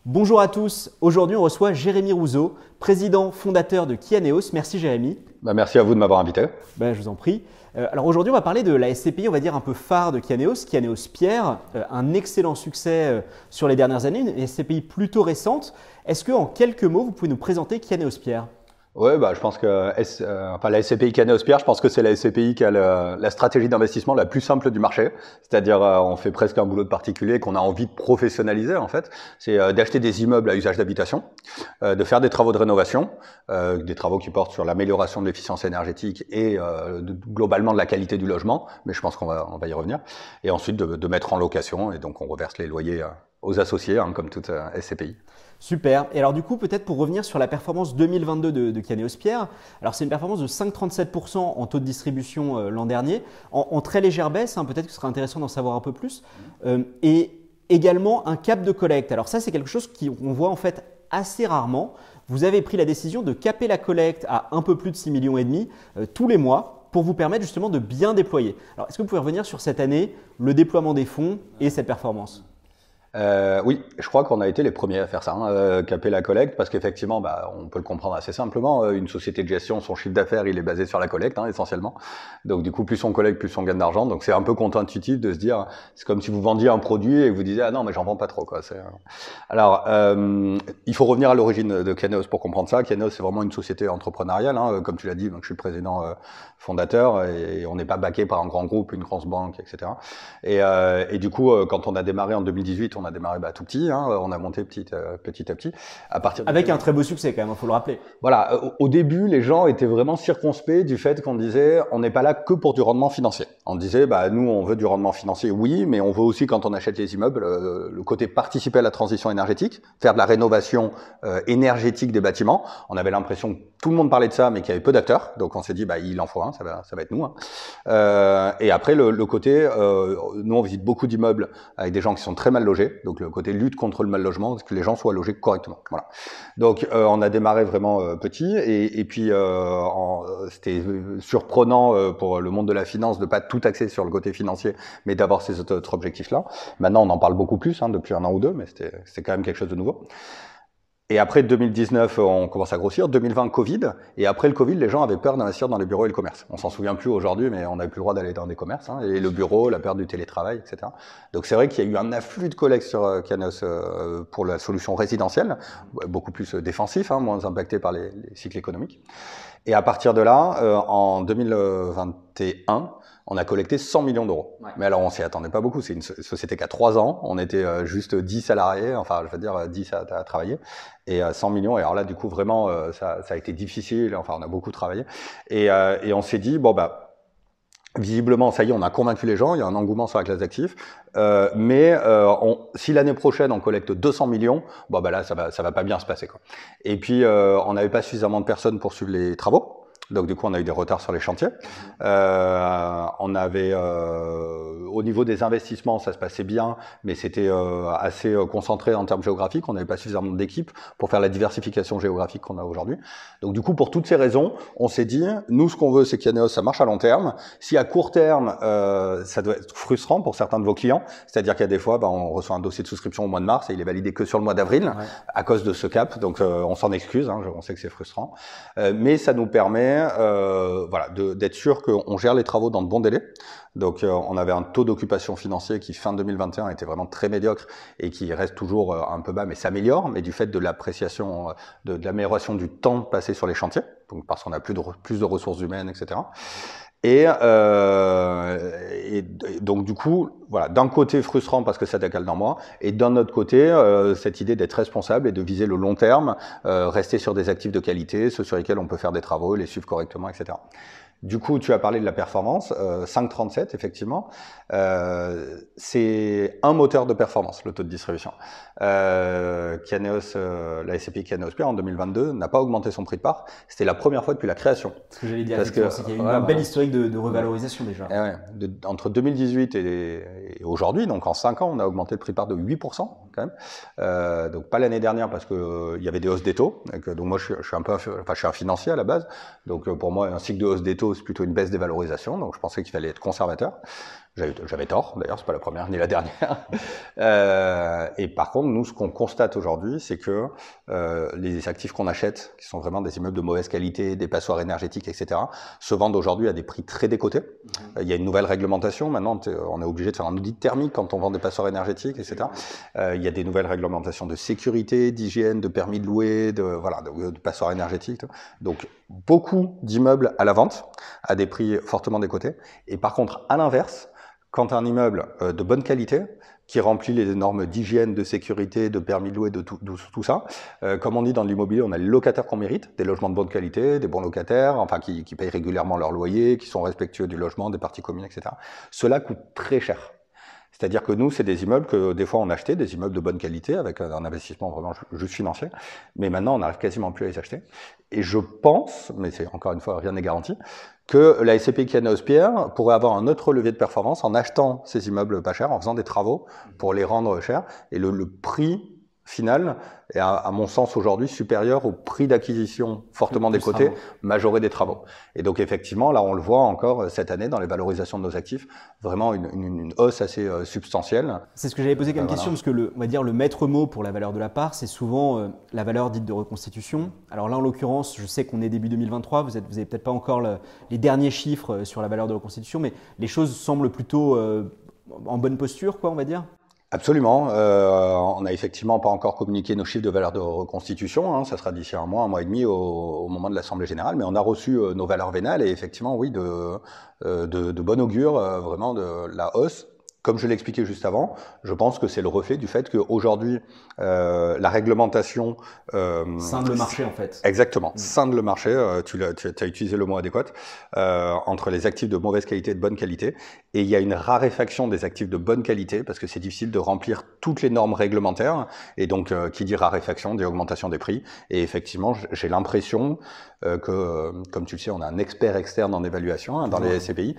Bonjour à tous, aujourd'hui on reçoit Jérémy Rouzeau, président fondateur de Kianeos. Merci Jérémy. Merci à vous de m'avoir invité. Je vous en prie. Alors aujourd'hui on va parler de la SCPI, on va dire un peu phare de Kianeos, Kianeos Pierre, un excellent succès sur les dernières années, une SCPI plutôt récente. Est-ce que en quelques mots vous pouvez nous présenter Kianeos Pierre? Oui, je pense que la SCPI Kianeos Pierre, je pense que c'est la SCPI qui a la stratégie d'investissement la plus simple du marché. C'est-à-dire, on fait presque un boulot de particulier qu'on a envie de professionnaliser en fait. C'est d'acheter des immeubles à usage d'habitation, de faire des travaux de rénovation, des travaux qui portent sur l'amélioration de l'efficience énergétique et globalement de la qualité du logement. Mais je pense qu'on va y revenir. Et ensuite de mettre en location et donc on reverse les loyers aux associés, comme toute SCPI. Super. Et alors du coup, peut-être pour revenir sur la performance 2022 de Kianeos Pierre, alors c'est une performance de 5,37% en taux de distribution l'an dernier, en très légère baisse, peut-être que ce serait intéressant d'en savoir un peu plus, et également un cap de collecte. Alors ça, c'est quelque chose qu'on voit en fait assez rarement. Vous avez pris la décision de caper la collecte à un peu plus de 6,5 millions tous les mois pour vous permettre justement de bien déployer. Alors est-ce que vous pouvez revenir sur cette année, le déploiement des fonds et cette performance ? Oui, je crois qu'on a été les premiers à faire ça, caper la collecte, parce qu'effectivement, on peut le comprendre assez simplement. Une société de gestion, son chiffre d'affaires, il est basé sur la collecte, essentiellement. Donc du coup, plus on collecte, plus on gagne d'argent. Donc c'est un peu contre-intuitif de se dire, c'est comme si vous vendiez un produit et vous disiez ah non mais j'en vends pas trop quoi. Alors il faut revenir à l'origine de Kianeos pour comprendre ça. Kianeos c'est vraiment une société entrepreneuriale, comme tu l'as dit. Donc je suis président fondateur et on n'est pas backé par un grand groupe, une grosse banque, etc. Et du coup, quand on a démarré en 2018, on a démarré tout petit, on a monté petit à petit. Avec un très beau succès quand même, il faut le rappeler. Voilà, au début, les gens étaient vraiment circonspects du fait qu'on disait on n'est pas là que pour du rendement financier. On disait nous on veut du rendement financier, oui, mais on veut aussi quand on achète les immeubles le côté participer à la transition énergétique, faire de la rénovation énergétique des bâtiments. On avait l'impression que tout le monde parlait de ça, mais qu'il y avait peu d'acteurs, donc on s'est dit il en faut un, ça va être nous. Et après le côté, nous on visite beaucoup d'immeubles avec des gens qui sont très mal logés. Donc le côté lutte contre le mal logement, que les gens soient logés correctement. Voilà. Donc on a démarré vraiment petit et puis c'était surprenant pour le monde de la finance de pas tout axer sur le côté financier, mais d'avoir ces autres objectifs-là. Maintenant on en parle beaucoup plus depuis un an ou deux, mais c'était quand même quelque chose de nouveau. Et après 2019, on commence à grossir. 2020, Covid. Et après le Covid, les gens avaient peur d'investir dans les bureaux et le commerce. On s'en souvient plus aujourd'hui, mais on n'avait plus le droit d'aller dans des commerces. Et le bureau, la perte du télétravail, etc. Donc c'est vrai qu'il y a eu un afflux de collègues sur Kianeos pour la solution résidentielle, beaucoup plus défensif, moins impacté par les cycles économiques. Et à partir de là, en 2021, on a collecté 100 millions d'euros. Ouais. Mais alors, on s'y attendait pas beaucoup. C'est une société qui a 3 ans. On était juste 10 salariés, 10 à travailler. Et 100 millions. Et alors là, du coup, vraiment, ça a été difficile. On a beaucoup travaillé. Et on s'est dit, visiblement, ça y est, on a convaincu les gens. Il y a un engouement sur la classe d'actifs. Mais si l'année prochaine, on collecte 200 millions, là, ça va pas bien se passer, quoi. Et puis, on n'avait pas suffisamment de personnes pour suivre les travaux. Donc du coup, on a eu des retards sur les chantiers. On avait, au niveau des investissements, ça se passait bien, mais c'était assez concentré en termes géographiques. On n'avait pas suffisamment d'équipes pour faire la diversification géographique qu'on a aujourd'hui. Donc du coup, pour toutes ces raisons, on s'est dit, nous, ce qu'on veut, c'est qu'Kianeos, ça marche à long terme. Si à court terme, ça doit être frustrant pour certains de vos clients, c'est-à-dire qu'il y a des fois, on reçoit un dossier de souscription au mois de mars et il est validé que sur le mois d'avril, à cause de ce cap. Donc on s'en excuse, on sait que c'est frustrant, mais ça nous permet d'être sûr qu'on gère les travaux dans de bons délais. Donc on avait un taux d'occupation financier qui fin 2021 était vraiment très médiocre et qui reste toujours un peu bas, mais s'améliore, mais du fait de l'appréciation, de l'amélioration du temps passé sur les chantiers, donc parce qu'on a plus de ressources humaines, etc. Et donc du coup, d'un côté frustrant parce que ça décale d'un mois, et d'un autre côté, cette idée d'être responsable et de viser le long terme, rester sur des actifs de qualité, ceux sur lesquels on peut faire des travaux, les suivre correctement, etc. Du coup, tu as parlé de la performance, 5,37 effectivement, c'est un moteur de performance, le taux de distribution. Kianeos, la SCPI Kianeos Pierre en 2022 n'a pas augmenté son prix de part, c'était la première fois depuis la création. Ce que j'allais dire, c'est qu'il y a eu un bel historique de revalorisation déjà. Entre 2018 et aujourd'hui, donc en 5 ans, on a augmenté le prix de part de 8% quand même. Donc pas l'année dernière parce que il y avait des hausses des taux. Donc moi je suis un financier à la base, donc pour moi un cycle de hausse des taux c'est plutôt une baisse des valorisations, donc je pensais qu'il fallait être conservateur. J'avais tort, d'ailleurs, c'est pas la première ni la dernière. Et par contre, nous, ce qu'on constate aujourd'hui, c'est que les actifs qu'on achète, qui sont vraiment des immeubles de mauvaise qualité, des passoires énergétiques, etc., se vendent aujourd'hui à des prix très décotés. Il y a une nouvelle réglementation. Maintenant, on est obligé de faire un audit thermique quand on vend des passoires énergétiques, etc. Il y a des nouvelles réglementations de sécurité, d'hygiène, de permis de louer, de passoires énergétiques. Donc, beaucoup d'immeubles à la vente, à des prix fortement décotés. Et par contre, à l'inverse, quand un immeuble de bonne qualité, qui remplit les normes d'hygiène, de sécurité, de permis de louer, de tout ça, comme on dit dans l'immobilier, on a les locataires qu'on mérite, des logements de bonne qualité, des bons locataires, enfin qui payent régulièrement leur loyer, qui sont respectueux du logement, des parties communes, etc. Cela coûte très cher. C'est-à-dire que nous, c'est des immeubles que des fois on achetait, des immeubles de bonne qualité, avec un investissement vraiment juste financier, mais maintenant on n'arrive quasiment plus à les acheter. Et je pense, mais c'est encore une fois, rien n'est garanti, que la SCPI Caneos-Pierre pourrait avoir un autre levier de performance en achetant ces immeubles pas chers, en faisant des travaux pour les rendre chers, et le prix final est à mon sens aujourd'hui supérieur au prix d'acquisition fortement décoté, majoré des travaux. Et donc effectivement, là on le voit encore cette année dans les valorisations de nos actifs, vraiment une hausse assez substantielle. C'est ce que j'avais posé comme question, parce que on va dire le maître mot pour la valeur de la part, c'est souvent la valeur dite de reconstitution. Alors là en l'occurrence, je sais qu'on est début 2023, vous avez peut-être pas encore les derniers chiffres sur la valeur de reconstitution, mais les choses semblent plutôt en bonne posture, quoi, on va dire. Absolument. On n'a effectivement pas encore communiqué nos chiffres de valeur de reconstitution. Hein. Ça sera d'ici un mois et demi au moment de l'Assemblée générale. Mais on a reçu nos valeurs vénales et effectivement, oui, de bon augure, vraiment de la hausse. Comme je l'expliquais juste avant, je pense que c'est le reflet du fait qu'aujourd'hui, la réglementation... scinde le marché, en fait. Exactement, scinde le marché, tu as utilisé le mot adéquat, entre les actifs de mauvaise qualité et de bonne qualité. Et il y a une raréfaction des actifs de bonne qualité, parce que c'est difficile de remplir toutes les normes réglementaires. Et donc, qui dit raréfaction, dit augmentation des prix. Et effectivement, j'ai l'impression que, comme tu le sais, on a un expert externe en évaluation dans les SCPI,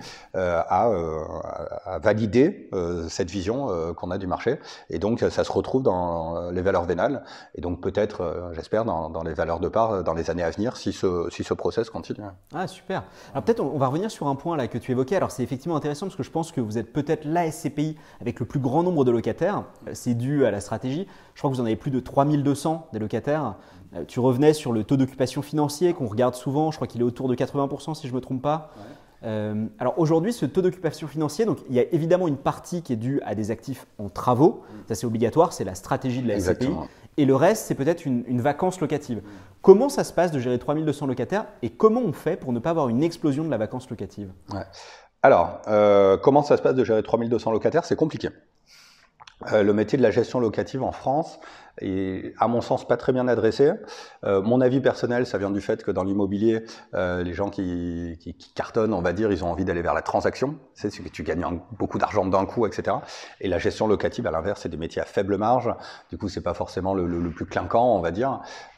à valider cette vision qu'on a du marché. Et donc, ça se retrouve dans les valeurs vénales. Et donc, peut-être, j'espère, dans les valeurs de part dans les années à venir, si ce process continue. Ah, super. Alors, peut-être, on va revenir sur un point là que tu évoquais. Alors, c'est effectivement intéressant parce que je pense que vous êtes peut-être la SCPI avec le plus grand nombre de locataires. C'est dû à la stratégie. Je crois que vous en avez plus de 3200 des locataires. Tu revenais sur le taux d'occupation financier qu'on regarde souvent. Je crois qu'il est autour de 80% si je ne me trompe pas. Ouais. Alors aujourd'hui, ce taux d'occupation financier, donc il y a évidemment une partie qui est due à des actifs en travaux. Ça, c'est obligatoire, c'est la stratégie de la SCPI. Exactement. Et le reste, c'est peut-être une vacance locative. Comment ça se passe de gérer 3200 locataires et comment on fait pour ne pas avoir une explosion de la vacance locative? Ouais. Alors, comment ça se passe de gérer 3200 locataires? C'est compliqué. Le métier de la gestion locative en France est, à mon sens, pas très bien adressé. Mon avis personnel, ça vient du fait que dans l'immobilier, les gens qui cartonnent, on va dire, ils ont envie d'aller vers la transaction. C'est que tu gagnes beaucoup d'argent d'un coup, etc. Et la gestion locative, à l'inverse, c'est des métiers à faible marge. Du coup, c'est pas forcément le plus clinquant, on va dire.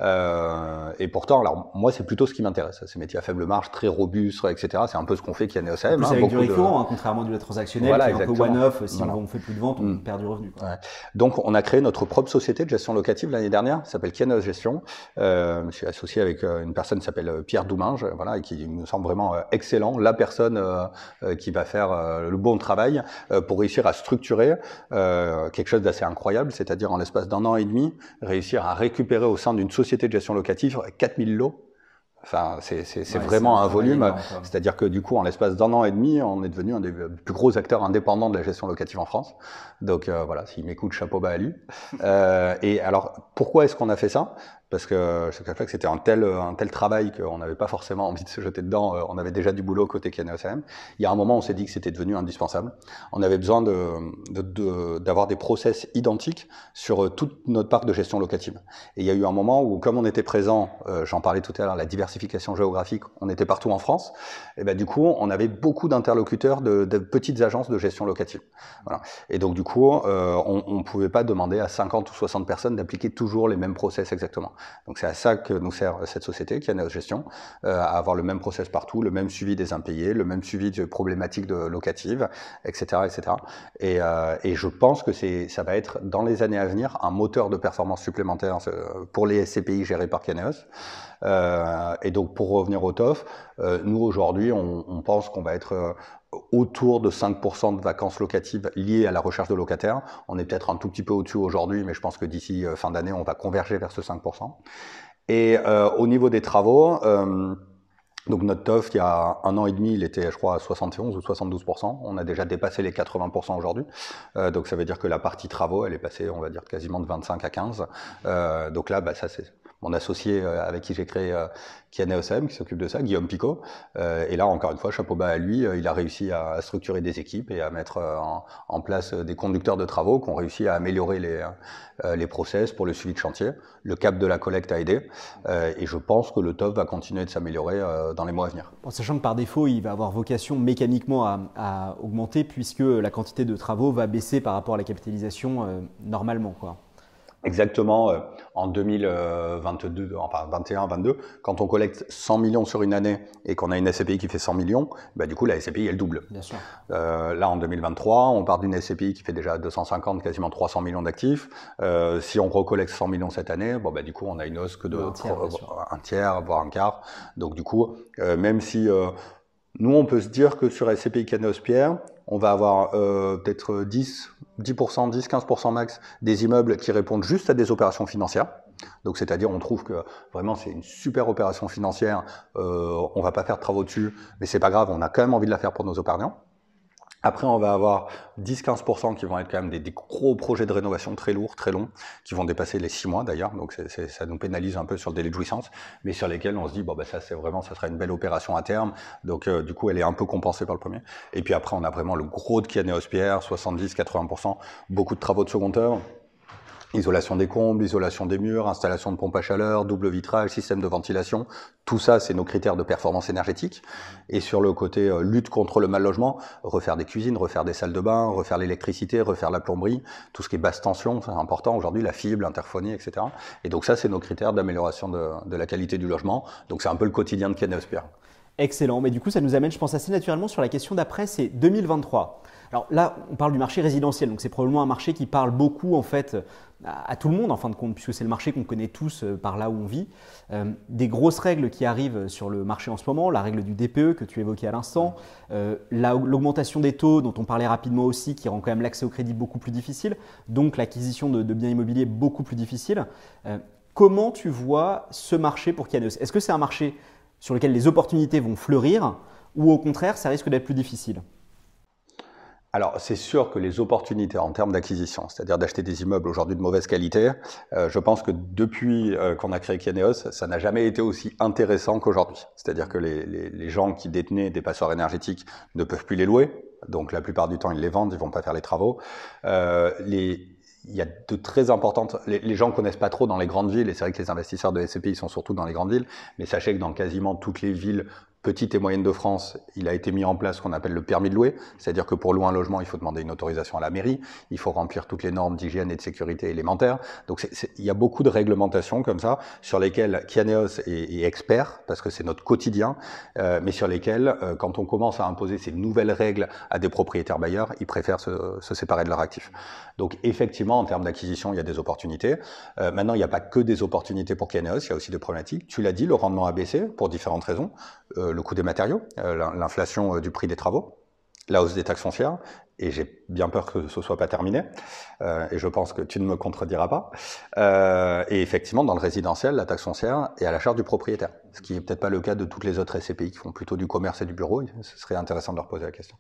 Et pourtant, alors moi, c'est plutôt ce qui m'intéresse. Ces métiers à faible marge, très robustes, etc. C'est un peu ce qu'on fait Caneos AM. C'est avec du récurrent, contrairement à du transactionnel, voilà, qui est un peu one-off. Si on fait plus de ventes, on perd du revenu. Ouais. Donc, on a créé notre propre société de gestion locative l'année dernière, qui s'appelle Caneos Gestion. Je suis associé avec une personne qui s'appelle Pierre Douminge, voilà, et qui me semble vraiment excellent, la personne qui va faire le bon travail pour réussir à structurer quelque chose d'assez incroyable, c'est-à-dire en l'espace d'un an et demi, réussir à récupérer au sein d'une société de gestion locative 4000 lots. Enfin, c'est vraiment un volume. C'est-à-dire que du coup, en l'espace d'un an et demi, on est devenu un des plus gros acteurs indépendants de la gestion locative en France. Donc voilà, s'il m'écoute, chapeau bas à lui. Et alors, pourquoi est-ce qu'on a fait ça? Parce que je te cache pas que c'était un tel travail qu'on n'avait pas forcément envie de se jeter dedans. On avait déjà du boulot côté Caneos AM. Il y a un moment, on s'est dit que c'était devenu indispensable. On avait besoin d'avoir des process identiques sur toute notre parc de gestion locative. Et il y a eu un moment où, comme on était présent, j'en parlais tout à l'heure, la diversification géographique, on était partout en France. Et ben du coup, on avait beaucoup d'interlocuteurs de petites agences de gestion locative. Voilà. Et donc du coup, on pouvait pas demander à 50 ou 60 personnes d'appliquer toujours les mêmes process exactement. Donc c'est à ça que nous sert cette société, Caneos Gestion, à avoir le même process partout, le même suivi des impayés, le même suivi de problématiques locatives, etc., etc. Et je pense que ça va être dans les années à venir un moteur de performance supplémentaire pour les SCPI gérés par Caneos. Et donc pour revenir au TOF, nous aujourd'hui on pense qu'on va être autour de 5% de vacances locatives liées à la recherche de locataires. On est peut-être un tout petit peu au-dessus aujourd'hui, mais je pense que d'ici fin d'année, on va converger vers ce 5%. Et au niveau des travaux, donc notre TOF, il y a 1 an et demi, il était, je crois, à 71 ou 72%. On a déjà dépassé les 80% aujourd'hui. Donc ça veut dire que la partie travaux, elle est passée, on va dire, quasiment de 25 à 15. Donc là, ça c'est mon associé avec qui j'ai créé Kianeos, qui s'occupe de ça, Guillaume Picot. Et là, encore une fois, chapeau bas à lui, il a réussi à structurer des équipes et à mettre en place des conducteurs de travaux qui ont réussi à améliorer les process pour le suivi de chantier. Le cap de la collecte a aidé. Et je pense que le TOF va continuer de s'améliorer dans les mois à venir. En sachant que par défaut, il va avoir vocation mécaniquement à augmenter puisque la quantité de travaux va baisser par rapport à la capitalisation normalement, quoi. Exactement, en 2022, enfin 21-22, quand on collecte 100 millions sur une année et qu'on a une SCPI qui fait 100 millions, du coup la SCPI elle double. Bien sûr. Là en 2023, on part d'une SCPI qui fait déjà 250, quasiment 300 millions d'actifs. Si on recollecte 100 millions cette année, du coup on a une hausse que de un tiers, voire un quart. Donc du coup, même si nous on peut se dire que sur SCPI Kianeos-Pierre, on va avoir peut-être 10%, 15% max des immeubles qui répondent juste à des opérations financières. Donc c'est-à-dire on trouve que vraiment c'est une super opération financière, on va pas faire de travaux dessus, mais c'est pas grave, on a quand même envie de la faire pour nos épargnants. Après, on va avoir 10-15% qui vont être quand même des gros projets de rénovation très lourds, très longs, qui vont dépasser les 6 mois d'ailleurs, donc ça nous pénalise un peu sur le délai de jouissance, mais sur lesquels on se dit, ça sera une belle opération à terme, donc du coup elle est un peu compensée par le premier. Et puis après, on a vraiment le gros de Kianeos-Pierre, 70-80%, beaucoup de travaux de second œuvre. Isolation des combles, isolation des murs, installation de pompes à chaleur, double vitrage, système de ventilation. Tout ça, c'est nos critères de performance énergétique. Et sur le côté lutte contre le mal logement, refaire des cuisines, refaire des salles de bain, refaire l'électricité, refaire la plomberie, tout ce qui est basse tension, c'est important aujourd'hui, la fibre, l'interphonie, etc. Et donc ça, c'est nos critères d'amélioration de la qualité du logement. Donc c'est un peu le quotidien de Kianeos-Pierre. Excellent, mais du coup ça nous amène, je pense, assez naturellement sur la question d'après, c'est 2023. Alors là, on parle du marché résidentiel, donc c'est probablement un marché qui parle beaucoup en fait à tout le monde en fin de compte, puisque c'est le marché qu'on connaît tous par là où on vit. Des grosses règles qui arrivent sur le marché en ce moment, la règle du DPE que tu évoquais à l'instant, l'augmentation des taux dont on parlait rapidement aussi, qui rend quand même l'accès au crédit beaucoup plus difficile, donc l'acquisition de biens immobiliers beaucoup plus difficile. Comment tu vois ce marché pour Kianeos? Est-ce que c'est un marché sur lequel les opportunités vont fleurir ou au contraire, ça risque d'être plus difficile? Alors, c'est sûr que les opportunités en termes d'acquisition, c'est-à-dire d'acheter des immeubles aujourd'hui de mauvaise qualité, je pense que depuis qu'on a créé Kianeos, ça n'a jamais été aussi intéressant qu'aujourd'hui. C'est-à-dire que les gens qui détenaient des passoires énergétiques ne peuvent plus les louer. Donc, la plupart du temps, ils les vendent, ils vont pas faire les travaux. Il y a de très importantes... Les gens ne connaissent pas trop dans les grandes villes, et c'est vrai que les investisseurs de SCPI sont surtout dans les grandes villes, mais sachez que dans quasiment toutes les villes petites et moyennes de France, il a été mis en place ce qu'on appelle le permis de louer, c'est-à-dire que pour louer un logement, il faut demander une autorisation à la mairie, il faut remplir toutes les normes d'hygiène et de sécurité élémentaires. Donc il y a beaucoup de réglementations comme ça, sur lesquelles Kianeos est expert, parce que c'est notre quotidien, mais sur lesquelles, quand on commence à imposer ces nouvelles règles à des propriétaires bailleurs, ils préfèrent se séparer de leurs actifs. Donc effectivement, en termes d'acquisition, il y a des opportunités. Maintenant, il n'y a pas que des opportunités pour Kianeos, il y a aussi des problématiques. Tu l'as dit, le rendement a baissé pour différentes raisons. Le coût des matériaux, l'inflation du prix des travaux, la hausse des taxes foncières, et j'ai bien peur que ce soit pas terminé, et je pense que tu ne me contrediras pas. Et effectivement, dans le résidentiel, la taxe foncière est à la charge du propriétaire, ce qui est peut-être pas le cas de toutes les autres SCPI qui font plutôt du commerce et du bureau. Ce serait intéressant de leur poser la question.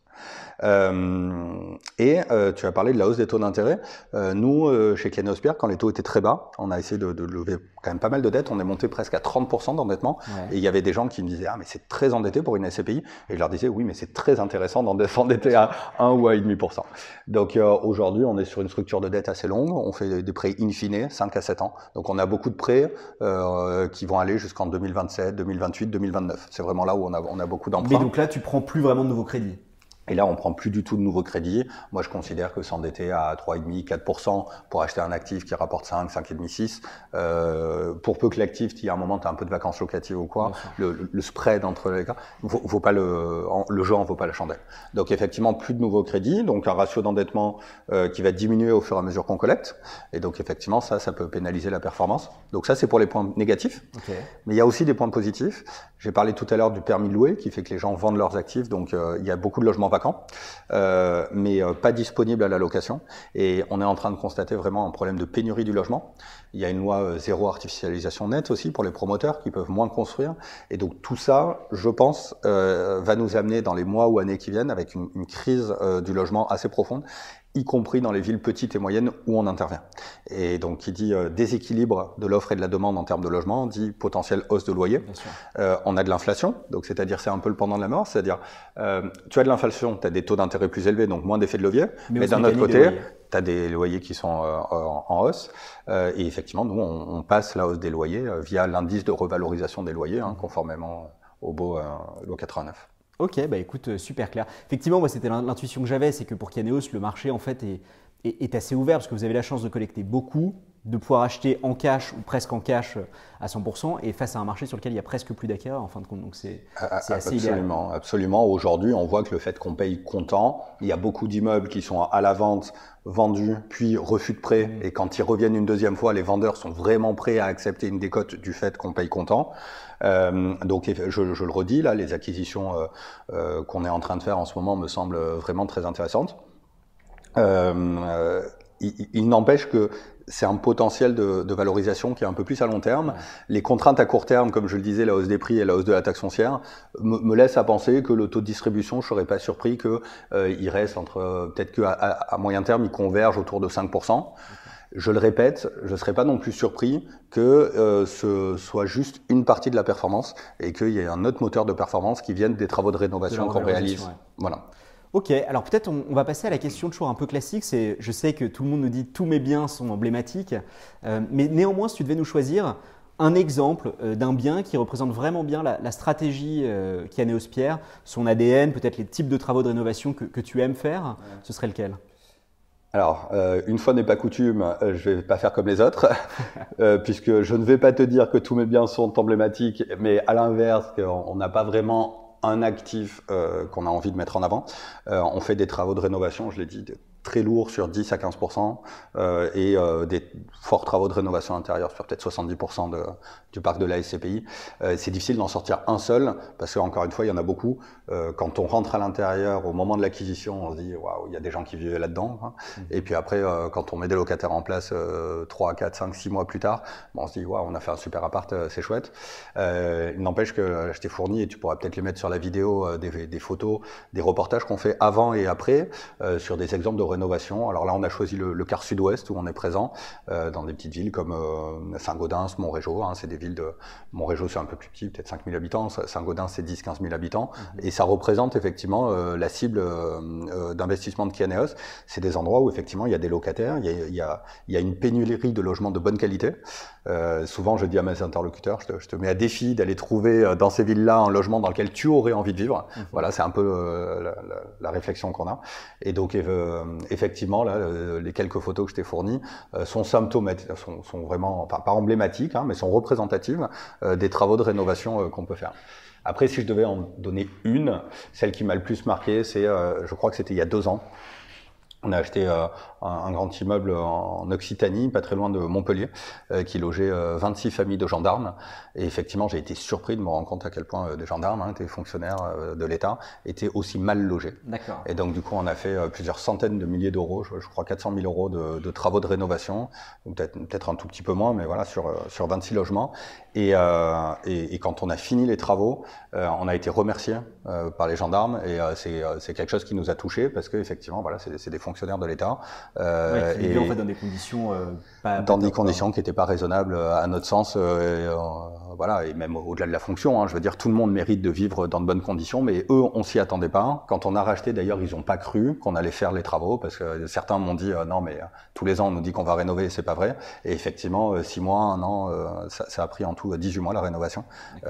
Tu as parlé de la hausse des taux d'intérêt. Nous, chez Kianeos-Pierre, quand les taux étaient très bas, on a essayé de lever quand même pas mal de dettes. On est monté presque à 30% d'endettement. Ouais. Et il y avait des gens qui me disaient « Ah, mais c'est très endetté pour une SCPI ». Et je leur disais « Oui, mais c'est très intéressant d'endetter à 1 ou à 1,5%. » Donc aujourd'hui, on est sur une structure de dette assez longue. On fait des prêts in fine, 5 à 7 ans. Donc on a beaucoup de prêts qui vont aller jusqu'en 2027, 2028, 2029. C'est vraiment là où on a beaucoup d'emprunts. Mais donc là, tu prends plus vraiment de nouveaux crédits? Et là, on prend plus du tout de nouveaux crédits. Moi, je considère que s'endetter à 3,5, 4% pour acheter un actif qui rapporte 5, 5,5, 6, pour peu que l'actif, il y a un moment, tu as un peu de vacances locatives ou quoi, le spread entre les cas, vaut pas le jeu en vaut pas la chandelle. Donc, effectivement, plus de nouveaux crédits, donc un ratio d'endettement qui va diminuer au fur et à mesure qu'on collecte. Et donc, effectivement, ça peut pénaliser la performance. Donc, ça, c'est pour les points négatifs. Okay. Mais il y a aussi des points positifs. J'ai parlé tout à l'heure du permis de louer qui fait que les gens vendent leurs actifs. Donc, il y a beaucoup de logements vacants, mais pas disponibles à la location. Et on est en train de constater vraiment un problème de pénurie du logement. Il y a une loi zéro artificialisation nette aussi pour les promoteurs qui peuvent moins construire. Et donc tout ça, je pense, va nous amener dans les mois ou années qui viennent avec une crise du logement assez profonde, y compris dans les villes petites et moyennes où on intervient. Et donc, qui dit déséquilibre de l'offre et de la demande en termes de logement, dit potentielle hausse de loyer. On a de l'inflation, donc c'est-à-dire c'est un peu le pendant de la mort, c'est-à-dire tu as de l'inflation, tu as des taux d'intérêt plus élevés, donc moins d'effet de levier, mais d'un autre côté, tu as des loyers qui sont en hausse, et effectivement, nous, on passe la hausse des loyers via l'indice de revalorisation des loyers, conformément au beau loi 89. Ok, bah écoute, super clair. Effectivement, moi c'était l'intuition que j'avais, c'est que pour Kianéos, le marché en fait est assez ouvert parce que vous avez la chance de collecter beaucoup, de pouvoir acheter en cash ou presque en cash à 100% et face à un marché sur lequel il y a presque plus d'acquéreurs en fin de compte. Donc c'est assez idéal. Absolument. Aujourd'hui, on voit que le fait qu'on paye comptant, il y a beaucoup d'immeubles qui sont à la vente, vendus, puis refus de prêt. Et quand ils reviennent une deuxième fois, les vendeurs sont vraiment prêts à accepter une décote du fait qu'on paye comptant. Donc je le redis, là, les acquisitions qu'on est en train de faire en ce moment me semblent vraiment très intéressantes. Il n'empêche que c'est un potentiel de valorisation qui est un peu plus à long terme. Les contraintes à court terme, comme je le disais, la hausse des prix et la hausse de la taxe foncière, me laissent à penser que le taux de distribution, je ne serais pas surpris qu'il reste peut-être qu'à moyen terme, il converge autour de 5%. Je le répète, je ne serais pas non plus surpris que ce soit juste une partie de la performance et qu'il y ait un autre moteur de performance qui vienne des travaux de rénovation qu'on réalise. Voilà. Ok, alors peut-être on va passer à la question toujours un peu classique. Je sais que tout le monde nous dit tous mes biens sont emblématiques, mais néanmoins, si tu devais nous choisir un exemple d'un bien qui représente vraiment bien la stratégie Kianéos Pierre, son ADN, peut-être les types de travaux de rénovation que tu aimes faire, ce serait lequel ? Alors, une fois n'est pas coutume, je vais pas faire comme les autres, puisque je ne vais pas te dire que tous mes biens sont emblématiques, mais à l'inverse, on n'a pas vraiment un actif qu'on a envie de mettre en avant. On fait des travaux de rénovation, je l'ai dit, très lourds sur 10 à 15% et des forts travaux de rénovation intérieure sur peut-être 70% du parc de la SCPI. C'est difficile d'en sortir un seul parce qu'encore une fois, il y en a beaucoup. Quand on rentre à l'intérieur, au moment de l'acquisition, on se dit « waouh, il y a des gens qui vivaient là-dedans hein. ». Et puis après, quand on met des locataires en place 3, 4, 5, 6 mois plus tard, on se dit « waouh, on a fait un super appart, c'est chouette ». Il n'empêche que je t'ai fourni, et tu pourras peut-être les mettre sur la vidéo, des photos, des reportages qu'on fait avant et après sur des exemples de rénovation. Alors là, on a choisi le quart sud-ouest où on est présent dans des petites villes comme Saint-Gaudens, Montrégeau. Hein, c'est des villes de Montrégeau, c'est un peu plus petit, peut-être 5 000 habitants. Saint-Gaudens, c'est 10-15 000 habitants. Et ça représente effectivement la cible d'investissement de Kianéos. C'est des endroits où effectivement il y a des locataires, il y a une pénurie de logements de bonne qualité. Souvent, je dis à mes interlocuteurs, je te mets à défi d'aller trouver dans ces villes-là un logement dans lequel tu aurais envie de vivre. Voilà, c'est un peu la réflexion qu'on a. Et donc, effectivement, là, les quelques photos que je t'ai fournies sont symptomatiques, sont vraiment, enfin pas emblématiques, hein, mais sont représentatives des travaux de rénovation qu'on peut faire. Après, si je devais en donner une, celle qui m'a le plus marqué, c'est, je crois que c'était il y a 2 ans. On a acheté un grand immeuble en Occitanie, pas très loin de Montpellier, qui logeait 26 familles de gendarmes. Et effectivement, j'ai été surpris de me rendre compte à quel point des gendarmes, des fonctionnaires de l'État, étaient aussi mal logés. D'accord. Et donc, du coup, on a fait plusieurs centaines de milliers d'euros, je crois 400 000 euros de travaux de rénovation, peut-être un tout petit peu moins, mais voilà, sur 26 logements. Et quand on a fini les travaux, on a été remercié par les gendarmes. Et c'est quelque chose qui nous a touchés parce que effectivement, voilà, c'est des fonctionnaires de l'État. Qui vivaient en fait dans des conditions dans des conditions qui n'étaient pas raisonnables à notre sens. Voilà, et même au-delà de la fonction, hein, je veux dire, tout le monde mérite de vivre dans de bonnes conditions, mais eux, on s'y attendait pas. Quand on a racheté, d'ailleurs, ils n'ont pas cru qu'on allait faire les travaux parce que certains m'ont dit non, mais tous les ans, on nous dit qu'on va rénover, c'est pas vrai. Et effectivement, 6 mois, 1 an, ça a pris en tout 18 mois la rénovation.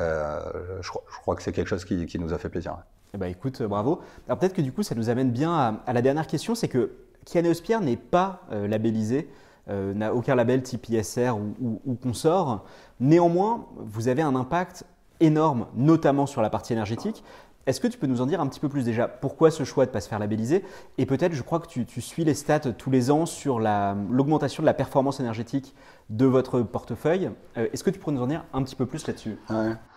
Je crois que c'est quelque chose qui nous a fait plaisir. Eh ben, écoute, bravo. Alors peut-être que du coup, ça nous amène bien à la dernière question, c'est que Kianéos Pierre n'est pas labellisé, n'a aucun label type ISR ou consort. Néanmoins, vous avez un impact énorme, notamment sur la partie énergétique. Est-ce que tu peux nous en dire un petit peu plus déjà? Pourquoi ce choix de ne pas se faire labelliser? Et peut-être, je crois que tu suis les stats tous les ans sur l'augmentation de la performance énergétique de votre portefeuille. Est-ce que tu pourrais nous en dire un petit peu plus là-dessus? Ouais.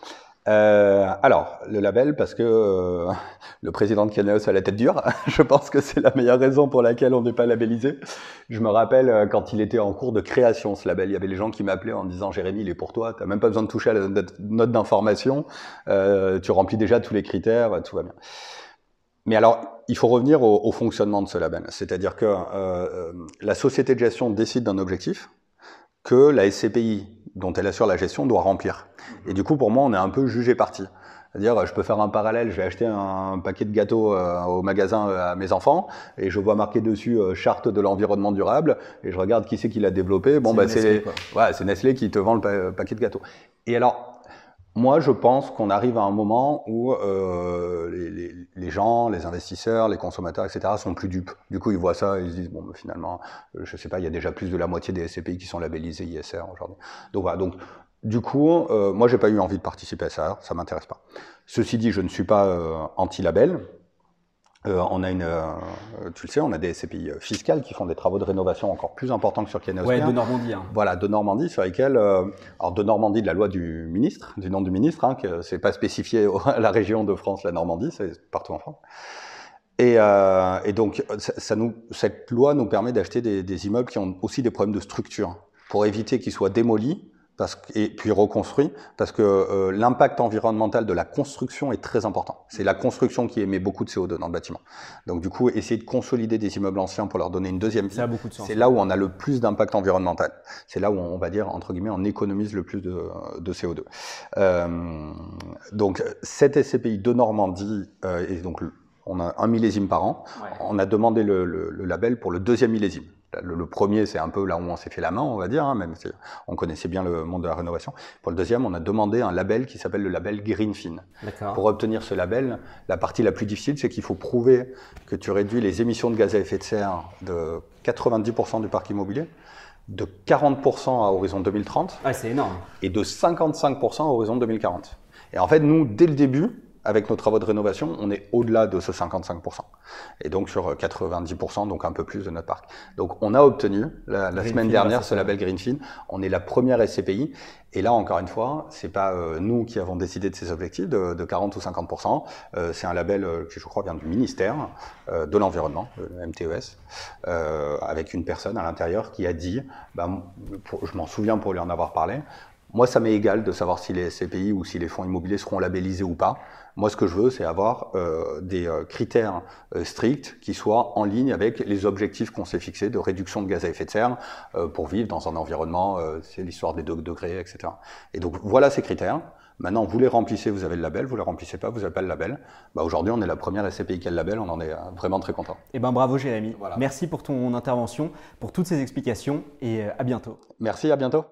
Alors, le label, parce que le président de Kianeos a la tête dure. Je pense que c'est la meilleure raison pour laquelle on n'est pas labellisé. Je me rappelle quand il était en cours de création, ce label, il y avait les gens qui m'appelaient en disant « Jérémy, il est pour toi, tu n'as même pas besoin de toucher à la note d'information, tu remplis déjà tous les critères, tout va bien ». Mais alors, il faut revenir au fonctionnement de ce label. C'est-à-dire que la société de gestion décide d'un objectif que la SCPI, dont elle assure la gestion, doit remplir. Et du coup, pour moi, on est un peu jugé parti. C'est-à-dire, je peux faire un parallèle, je vais acheter un paquet de gâteaux au magasin à mes enfants, et je vois marqué dessus charte de l'environnement durable, et je regarde qui c'est qui l'a développé. Bon, c'est Nestlé qui te vend le paquet de gâteaux. Et alors, moi, je pense qu'on arrive à un moment où les gens, les investisseurs, les consommateurs, etc. sont plus dupes. Du coup, ils voient ça et ils se disent, bon, bah, finalement, je sais pas, il y a déjà plus de la moitié des SCPI qui sont labellisés ISR aujourd'hui. Donc voilà, donc du coup, moi, j'ai pas eu envie de participer à ça m'intéresse pas. Ceci dit, je ne suis pas anti-label. On a tu le sais, on a des SCPI fiscales qui font des travaux de rénovation encore plus importants que sur Kianeos. Ouais, de Normandie. Hein. Voilà, de Normandie, sur lesquels, alors de Normandie, de la loi du ministre, du nom du ministre, hein, que c'est pas spécifié à la région de France, la Normandie, c'est partout en France. Et donc, cette loi nous permet d'acheter des immeubles qui ont aussi des problèmes de structure, pour éviter qu'ils soient démolis, et puis reconstruit, parce que l'impact environnemental de la construction est très important. C'est la construction qui émet beaucoup de CO2 dans le bâtiment. Donc du coup, essayer de consolider des immeubles anciens pour leur donner une deuxième vie, c'est là où on a le plus d'impact environnemental. C'est là où on va dire, entre guillemets, on économise le plus de CO2. Donc cette SCPI de Normandie, et donc on a un millésime par an, on a demandé le label pour le deuxième millésime. Le premier, c'est un peu là où on s'est fait la main, on va dire, hein, même si on connaissait bien le monde de la rénovation. Pour le deuxième, on a demandé un label qui s'appelle le label Greenfin. Pour obtenir ce label, la partie la plus difficile, c'est qu'il faut prouver que tu réduis les émissions de gaz à effet de serre de 90% du parc immobilier, de 40% à horizon 2030, c'est énorme, et de 55% à horizon 2040. Et en fait, nous, dès le début, avec nos travaux de rénovation, on est au-delà de ce 55%. Et donc sur 90%, donc un peu plus de notre parc. Donc on a obtenu la semaine dernière ce label Greenfin. On est la première SCPI. Et là, encore une fois, c'est pas nous qui avons décidé de ces objectifs de 40 ou 50%. C'est un label qui, je crois, vient du ministère de l'Environnement, le MTES, avec une personne à l'intérieur qui a dit, je m'en souviens pour lui en avoir parlé, moi, ça m'est égal de savoir si les SCPI ou si les fonds immobiliers seront labellisés ou pas. Moi, ce que je veux, c'est avoir des critères stricts qui soient en ligne avec les objectifs qu'on s'est fixés de réduction de gaz à effet de serre pour vivre dans un environnement, c'est l'histoire des 2 degrés, etc. Et donc, voilà ces critères. Maintenant, vous les remplissez, vous avez le label, vous les remplissez pas, vous n'avez pas le label. Aujourd'hui, on est la première SCPI qui a le label, on en est vraiment très content. Eh ben, bravo Jérémy. Voilà. Merci pour ton intervention, pour toutes ces explications et à bientôt. Merci, à bientôt.